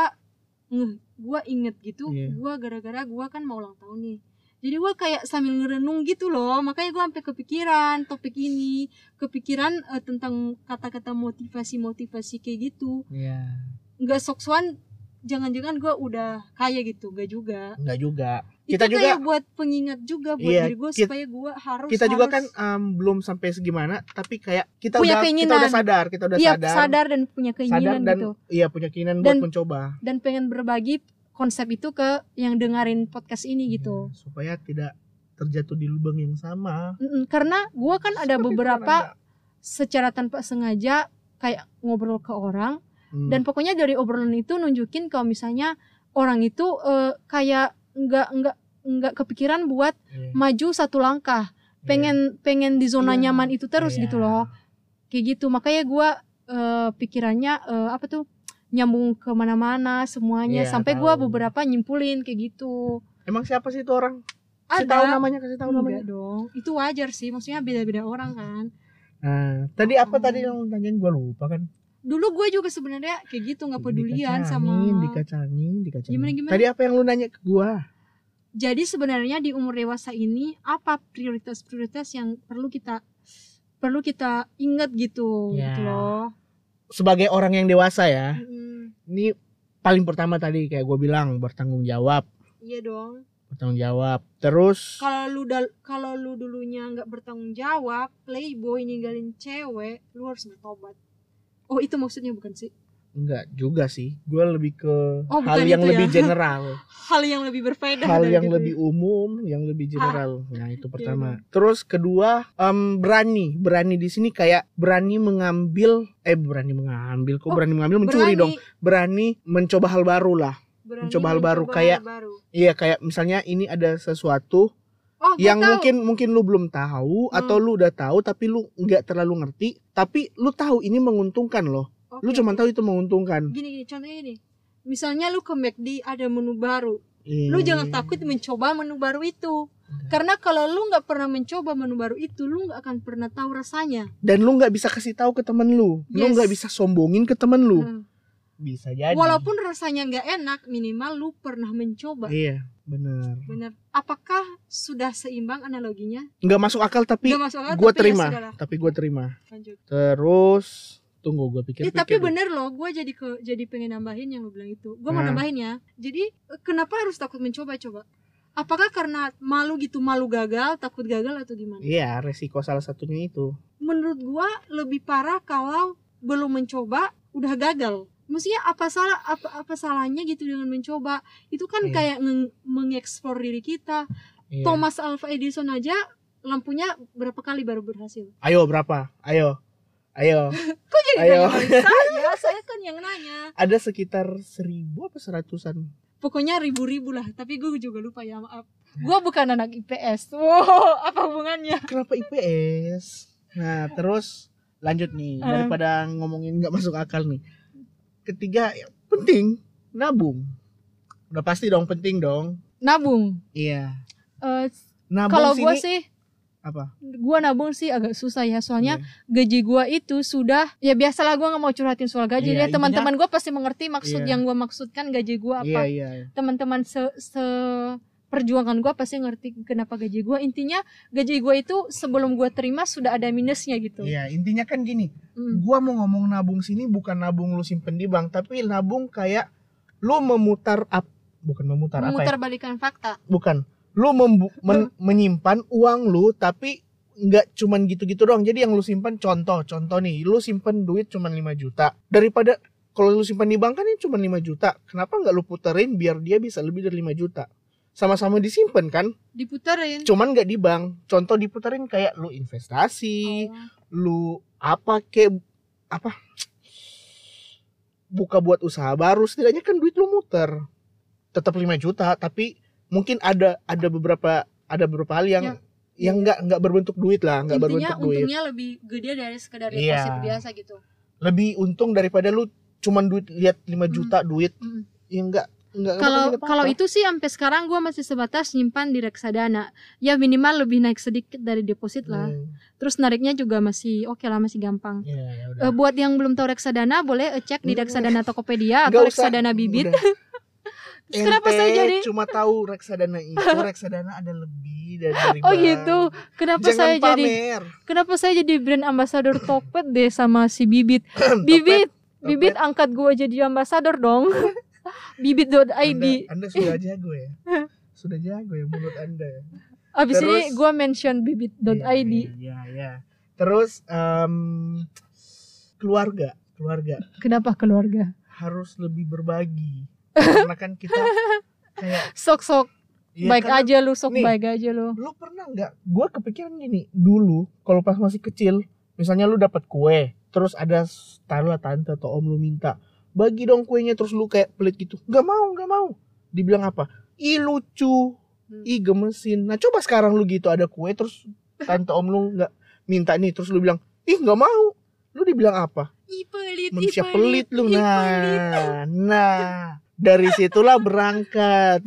gue inget gitu, yeah. gue gara-gara gue kan mau ulang tahun nih. Jadi gue kayak sambil ngerenung gitu loh, makanya gue sampai kepikiran topik ini, kepikiran uh, tentang kata-kata motivasi-motivasi kayak gitu. Yeah. Nggak sok-sokan, jangan-jangan gue udah kaya gitu, nggak juga. Nggak juga. Kita itu juga kayak buat pengingat juga buat iya, diri gue supaya gue harus. Kita harus, juga kan um, belum sampai segimana, tapi kayak kita punya udah keinginan. kita udah sadar, kita udah iya, sadar. sadar dan punya keinginan sadar dan, gitu. Iya, punya keinginan dan, buat mencoba. Dan pengen berbagi konsep itu ke yang dengerin podcast ini gitu. Ya, supaya tidak terjatuh di lubang yang sama. Mm-mm, karena gue kan ada seperti beberapa secara tanpa sengaja kayak ngobrol ke orang, hmm. dan pokoknya dari obrolan itu nunjukin kalau misalnya orang itu uh, kayak nggak nggak nggak kepikiran buat yeah. maju satu langkah, pengen yeah. pengen di zona yeah. nyaman itu terus yeah. gitu loh, kayak gitu. Makanya gue uh, pikirannya uh, apa tuh nyambung kemana-mana semuanya, yeah, sampai gue beberapa nyimpulin kayak gitu. Emang siapa sih itu orang? Ada. Kasih tahu namanya, kasih tahu namanya dong. Itu wajar sih, maksudnya beda-beda orang kan. Nah, tadi apa oh. tadi yang tanyain gue lupa kan? Dulu gue juga sebenarnya kayak gitu, nggak pedulian sama. Dikacangin, dikacangin. Gimana, gimana? Tadi apa yang lu nanya ke gue? Jadi sebenarnya di umur dewasa ini apa prioritas-prioritas yang perlu kita perlu kita ingat gitu, ya. gitu loh. Sebagai orang yang dewasa ya, mm-hmm. ini paling pertama tadi kayak gue bilang bertanggung jawab. Iya dong. Bertanggung jawab. Terus kalau lu dal- kalau lu dulunya nggak bertanggung jawab, playboy ninggalin cewek, lu harus bertobat. Oh, itu maksudnya bukan sih? Enggak juga sih. Gue lebih ke oh, hal yang ya? lebih general. Hal yang lebih berfaedah. Hal yang gitu lebih ya? umum, yang lebih general. Ah, nah, itu pertama. Iya. Terus kedua, um, berani. Berani di sini kayak berani mengambil eh berani mengambil. Kok oh, berani mengambil mencuri berani. dong. Berani mencoba hal baru lah. Berani mencoba hal baru kayak hal baru. Iya, kayak misalnya ini ada sesuatu oh, yang tahu. mungkin mungkin lu belum tahu hmm. atau lu udah tahu tapi lu nggak terlalu ngerti, tapi lu tahu ini menguntungkan loh. Okay, lu cuma okay. tahu itu menguntungkan. Gini gini contohnya ini. Misalnya lu ke McD ada menu baru. Hmm. Lu jangan takut mencoba menu baru itu. Hmm. Karena kalau lu nggak pernah mencoba menu baru itu, lu nggak akan pernah tahu rasanya. Dan lu nggak bisa kasih tahu ke temen lu. Yes. Lu nggak bisa sombongin ke temen lu. Hmm. Bisa jadi. Walaupun rasanya nggak enak, minimal lu pernah mencoba. Iya, benar. Benar. Apakah sudah seimbang analoginya? Nggak masuk akal tapi gue terima. Ya tapi gue terima. Lanjut. Terus tunggu gue pikir. Eh, tapi bener loh, gue jadi ke jadi pengen nambahin yang lu bilang itu. Gue nah. mau nambahin ya. Jadi kenapa harus takut mencoba coba? Apakah karena malu gitu, malu gagal, takut gagal atau gimana? Iya, resiko salah satunya itu. Menurut gue lebih parah kalau belum mencoba udah gagal. Maksudnya apa salah apa apa salahnya gitu dengan mencoba? Itu kan iya. kayak nge- mengeksplor diri kita. Iya. Thomas Alva Edison aja lampunya berapa kali baru berhasil? Ayo berapa? Ayo. Ayo. Kok jadi Ayo. nanya saya? Saya kan yang nanya. Ada sekitar seribu apa seratusan? Pokoknya ribu-ribu lah. Tapi gue juga lupa ya, maaf. Gue bukan anak I P S. Wow, apa hubungannya? Kenapa I P S? Nah, terus lanjut nih. Uh. Daripada ngomongin nggak masuk akal nih. Ketiga, ya, penting nabung. Udah pasti dong, penting dong. Nabung. Iya. Uh, kalau gue sih, apa? Gue nabung sih agak susah ya, soalnya yeah. gaji gue itu sudah, ya biasalah gue nggak mau curhatin soal gaji. Yeah, ya teman-teman gue pasti mengerti maksud yeah. yang gue maksudkan gaji gue apa. Yeah, yeah. Teman-teman se, se perjuangan gue pasti ngerti kenapa gaji gue. Intinya gaji gue itu sebelum gue terima sudah ada minusnya gitu. Iya, intinya kan gini. Mm. Gue mau ngomong nabung sini bukan nabung lu simpen di bank, tapi nabung kayak lu memutar up, bukan memutar, memutar apa ya? balikan fakta. Bukan. Lu membu- men- menyimpan uang lu tapi nggak cuman gitu-gitu doang. Jadi yang lu simpan, contoh, contoh nih, lu simpan duit cuman lima juta. Daripada kalau lu simpan di bank kan ini cuma lima juta. Kenapa nggak lu puterin biar dia bisa lebih dari lima juta? Sama-sama disimpan kan? Diputerin. Cuman nggak di bank. Contoh diputerin kayak lu investasi, oh. lu apa kayak apa buka buat usaha baru, setidaknya kan duit lu muter. Tetap lima juta, tapi mungkin ada ada beberapa ada beberapa hal yang Ya. yang nggak nggak berbentuk duit lah, nggak Intinya berbentuk duit. untungnya lebih gede dari sekedar Iya. deposit biasa gitu. Lebih untung daripada lu cuman duit lihat lima juta duit Mm. yang nggak nggak Kalau bakal apa-apa. kalau itu sih sampai sekarang gue masih sebatas nyimpan di reksadana. Ya minimal lebih naik sedikit dari deposit lah. Hmm. Terus nariknya juga masih oke lah, masih gampang. Ya, ya udah. Eh, buat yang belum tahu reksadana boleh eh, cek di Hmm. reksadana Tokopedia Nggak atau usah, reksadana Bibit. udah. Terus kenapa saya Ente jadi cuma tahu reksadana itu, reksadana ada lebih dari, dari Oh bank. gitu. Kenapa Jangan saya jadi pamer. Kenapa saya jadi brand ambassador Tokped deh sama si Bibit. Bibit, Tokped. Bibit angkat gue jadi ambassador dong. bibit dot i d. Anda, anda sudah jago ya. Sudah jago ya mulut Anda ya. Abis Terus- ini gue mention bibit dot i d. Iya, iya, iya. Terus em, keluarga, keluarga Kenapa keluarga? harus lebih berbagi. Karena kan kita kayak Sok-sok ya baik karena- aja lu, sok nih, baik aja lu. Lu pernah nggak? Gue kepikiran gini dulu, kalau pas masih kecil, misalnya lu dapat kue, terus ada taruhlah tante atau om lu minta, bagi dong kuenya, terus lu kayak pelit gitu, nggak mau, nggak mau. Dibilang apa? Ih lucu, Hmm. ih gemesin. Nah coba sekarang lu gitu ada kue, terus tante om lu nggak minta nih, terus lu bilang, ih nggak mau. Lu dibilang apa? Ih pelit, Manusia ih pelit lu. ih, pelit. Nah, nah dari situlah berangkat.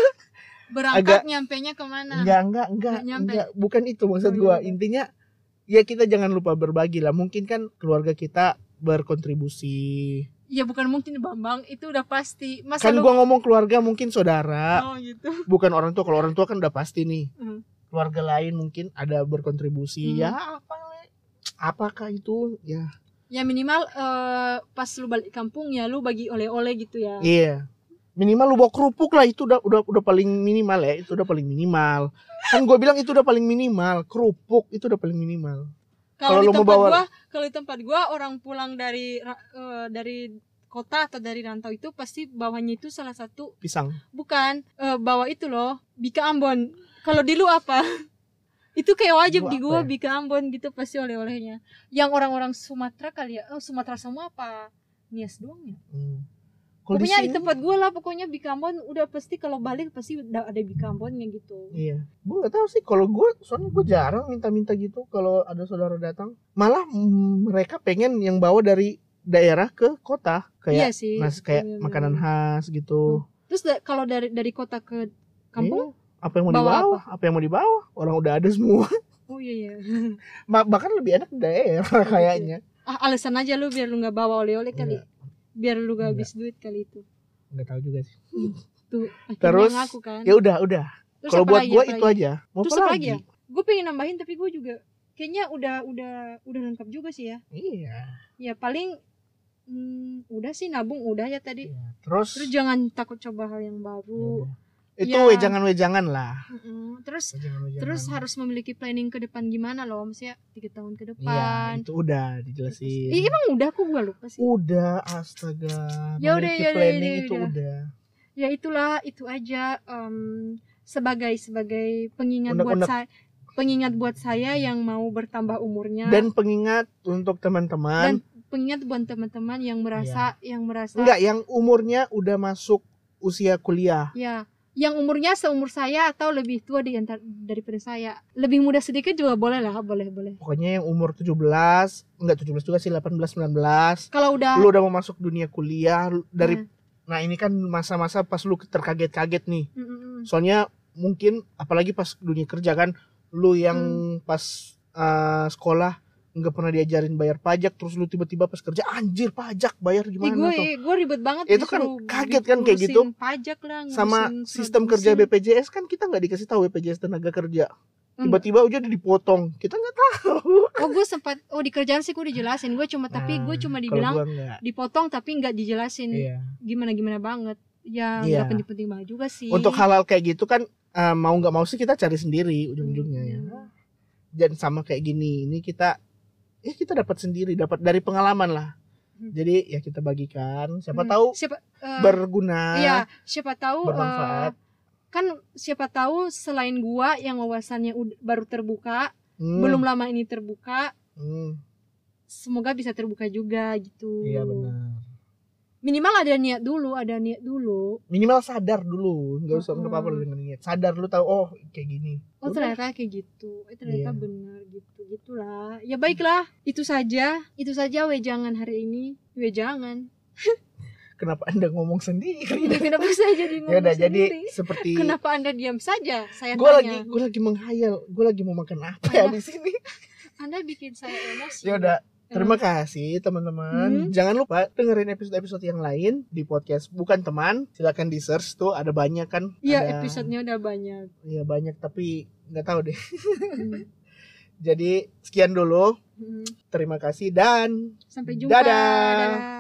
Berangkat agak- nyampenya kemana? Enggak, enggak, enggak, Nggak nyampe. enggak, bukan itu maksud Oh, gua. iya, iya. Intinya ya kita jangan lupa berbagi lah. Mungkin kan keluarga kita berkontribusi. Ya bukan mungkin Bambang, itu udah pasti. Masa Kan lu gua ngomong keluarga mungkin saudara, Oh gitu. bukan orang tua. Kalau orang tua kan udah pasti nih. Hmm. Keluarga lain mungkin ada berkontribusi. Hmm. Ya apa Le? Apakah itu? Ya. Ya minimal eh, pas lu balik kampung ya lu bagi oleh-oleh gitu ya. Iya. Minimal lu bawa kerupuk lah, itu udah udah udah paling minimal ya. Itu udah paling minimal. Kan gua bilang itu udah paling minimal. Kerupuk itu udah paling minimal. Kalau Kalau di lu mau tempat bawa- gua, kalau di tempat gua orang pulang dari ra- eh, dari kota atau dari rantau itu pasti bawahnya itu salah satu Pisang. bukan eh, bawa itu loh, Bika Ambon. Kalau di lu apa? Itu kayak wajib Gua di apa gua ya? Bika Ambon gitu pasti oleh-olehnya. Yang orang-orang Sumatera kali ya. Oh, Sumatera semua apa? Nias doang ya. Hmm. Kalau di Pokoknya di sini- tempat gua lah, pokoknya Bika Ambon udah pasti kalau balik pasti udah ada Bika Ambonnya gitu. Iya, gue nggak tahu sih kalau gue, soalnya gue jarang minta-minta gitu kalau ada saudara datang. Malah mm, mereka pengen yang bawa dari daerah ke kota, Iya kayak sih. mas kayak Iya, makanan bener. khas gitu. Terus da- kalau dari dari kota ke kampung, Iya, apa yang mau bawa dibawa? Apa? yang mau dibawa? Orang udah ada semua. oh iya iya. Ba- Bahkan lebih enak di daerah kayaknya. Ah, alasan aja lu biar lu nggak bawa oleh-oleh kali. Enggak, Biar lu gak Enggak. habis duit kali itu. nggak tahu juga sih. Tuh, akhirnya Terus, ngaku kan. Ya udah, udah. Terus Kalau apa buat lagi, gue apa itu lagi? aja. Mau Terus apa apa lagi? lagi ya? Gue pengen nambahin tapi gue juga kayaknya udah udah udah lengkap juga sih ya. Iya. Ya paling hmm, udah sih nabung udah ya tadi. Iya. Terus, Terus jangan takut coba hal yang ya baru. udah. Itu Ya. wejangan-wejangan lah. Mm-mm. Terus Wejangan-wejangan. terus harus memiliki planning ke depan gimana loh, maksudnya tiga tahun ke Iya, depan. itu udah dijelasin. Ih, emang udah aku gua lupa sih. Udah, astaga. Ya udah, Memiliki ya udah, planning ya udah, itu udah. udah. Ya itulah itu aja em, sebagai sebagai pengingat buat Unek-unek. saya pengingat buat saya yang mau bertambah umurnya Dan pengingat untuk dan teman-teman, pengingat buat teman-teman yang merasa yang merasa enggak yang umurnya udah masuk usia kuliah. ya yang umurnya seumur saya atau lebih tua di antar, daripada saya. Lebih muda sedikit juga boleh lah, boleh boleh. Pokoknya yang umur tujuh belas, enggak tujuh belas juga sih, delapan belas sembilan belas. Kalau udah Lu udah mau masuk dunia kuliah lu- dari Hmm. nah ini kan masa-masa pas lu terkaget-kaget nih. Mm, mm, mm. Soalnya mungkin apalagi pas dunia kerja kan, lu yang Hmm. pas uh, sekolah nggak pernah diajarin bayar pajak, terus lu tiba-tiba pas kerja anjir pajak bayar Ih, gimana gue tuh? gue ribet banget Itu kan disuruh kaget kan kayak ngurusin gitu. pajak lah, Sama ngurusin sistem surat kerja musim. B P J S kan kita nggak dikasih tahu B P J S tenaga kerja. Enggak. Tiba-tiba udah dipotong, kita nggak tahu. Oh gue sempat oh di kerjaan sih gue dijelasin, gue cuma tapi gue Nah, cuma kalau dibilang gua nggak. dipotong tapi nggak dijelasin Iya. gimana gimana banget. Ya Iya. nggak penting-penting banget juga sih. Untuk hal-hal kayak gitu kan eh, mau nggak mau sih kita cari sendiri ujung-ujungnya ya. Hmm. Dan sama kayak gini, ini kita ya kita dapat sendiri, dapat dari pengalaman lah. Hmm. Jadi ya kita bagikan, siapa Hmm. tahu siapa eh, berguna, iya siapa tahu bermanfaat. eh, kan siapa tahu selain gua yang wawasannya ud- baru terbuka Hmm, belum lama ini terbuka hmm. semoga bisa terbuka juga gitu. Iya benar. Minimal ada niat dulu, ada niat dulu. Minimal sadar dulu, nggak usah Uh-uh. nggak apa-apa dengan niat. Sadar lu tahu oh kayak gini. Oh Udah. ternyata kayak gitu, eh ternyata Iya. benar gitu, gitulah. Ya baiklah, itu saja, itu saja wejangan hari ini, wejangan. Kenapa Anda ngomong sendiri? Kenapa saya jadi Ya ngomong udah jadi sendiri? seperti Kenapa Anda diam saja? Saya gue lagi tanya. gue lagi menghayal, gue lagi mau makan apa ya di sini. Anda bikin saya emosi. Ya udah, terima kasih teman-teman. Hmm. Jangan lupa dengerin episode-episode yang lain di podcast Bukan Teman. Silakan di search tuh, ada banyak kan. Iya, Ada- episodenya udah banyak. Iya banyak tapi nggak tahu deh. Hmm. Jadi sekian dulu. Hmm. Terima kasih dan Sampai jumpa. Dadah. Dadah.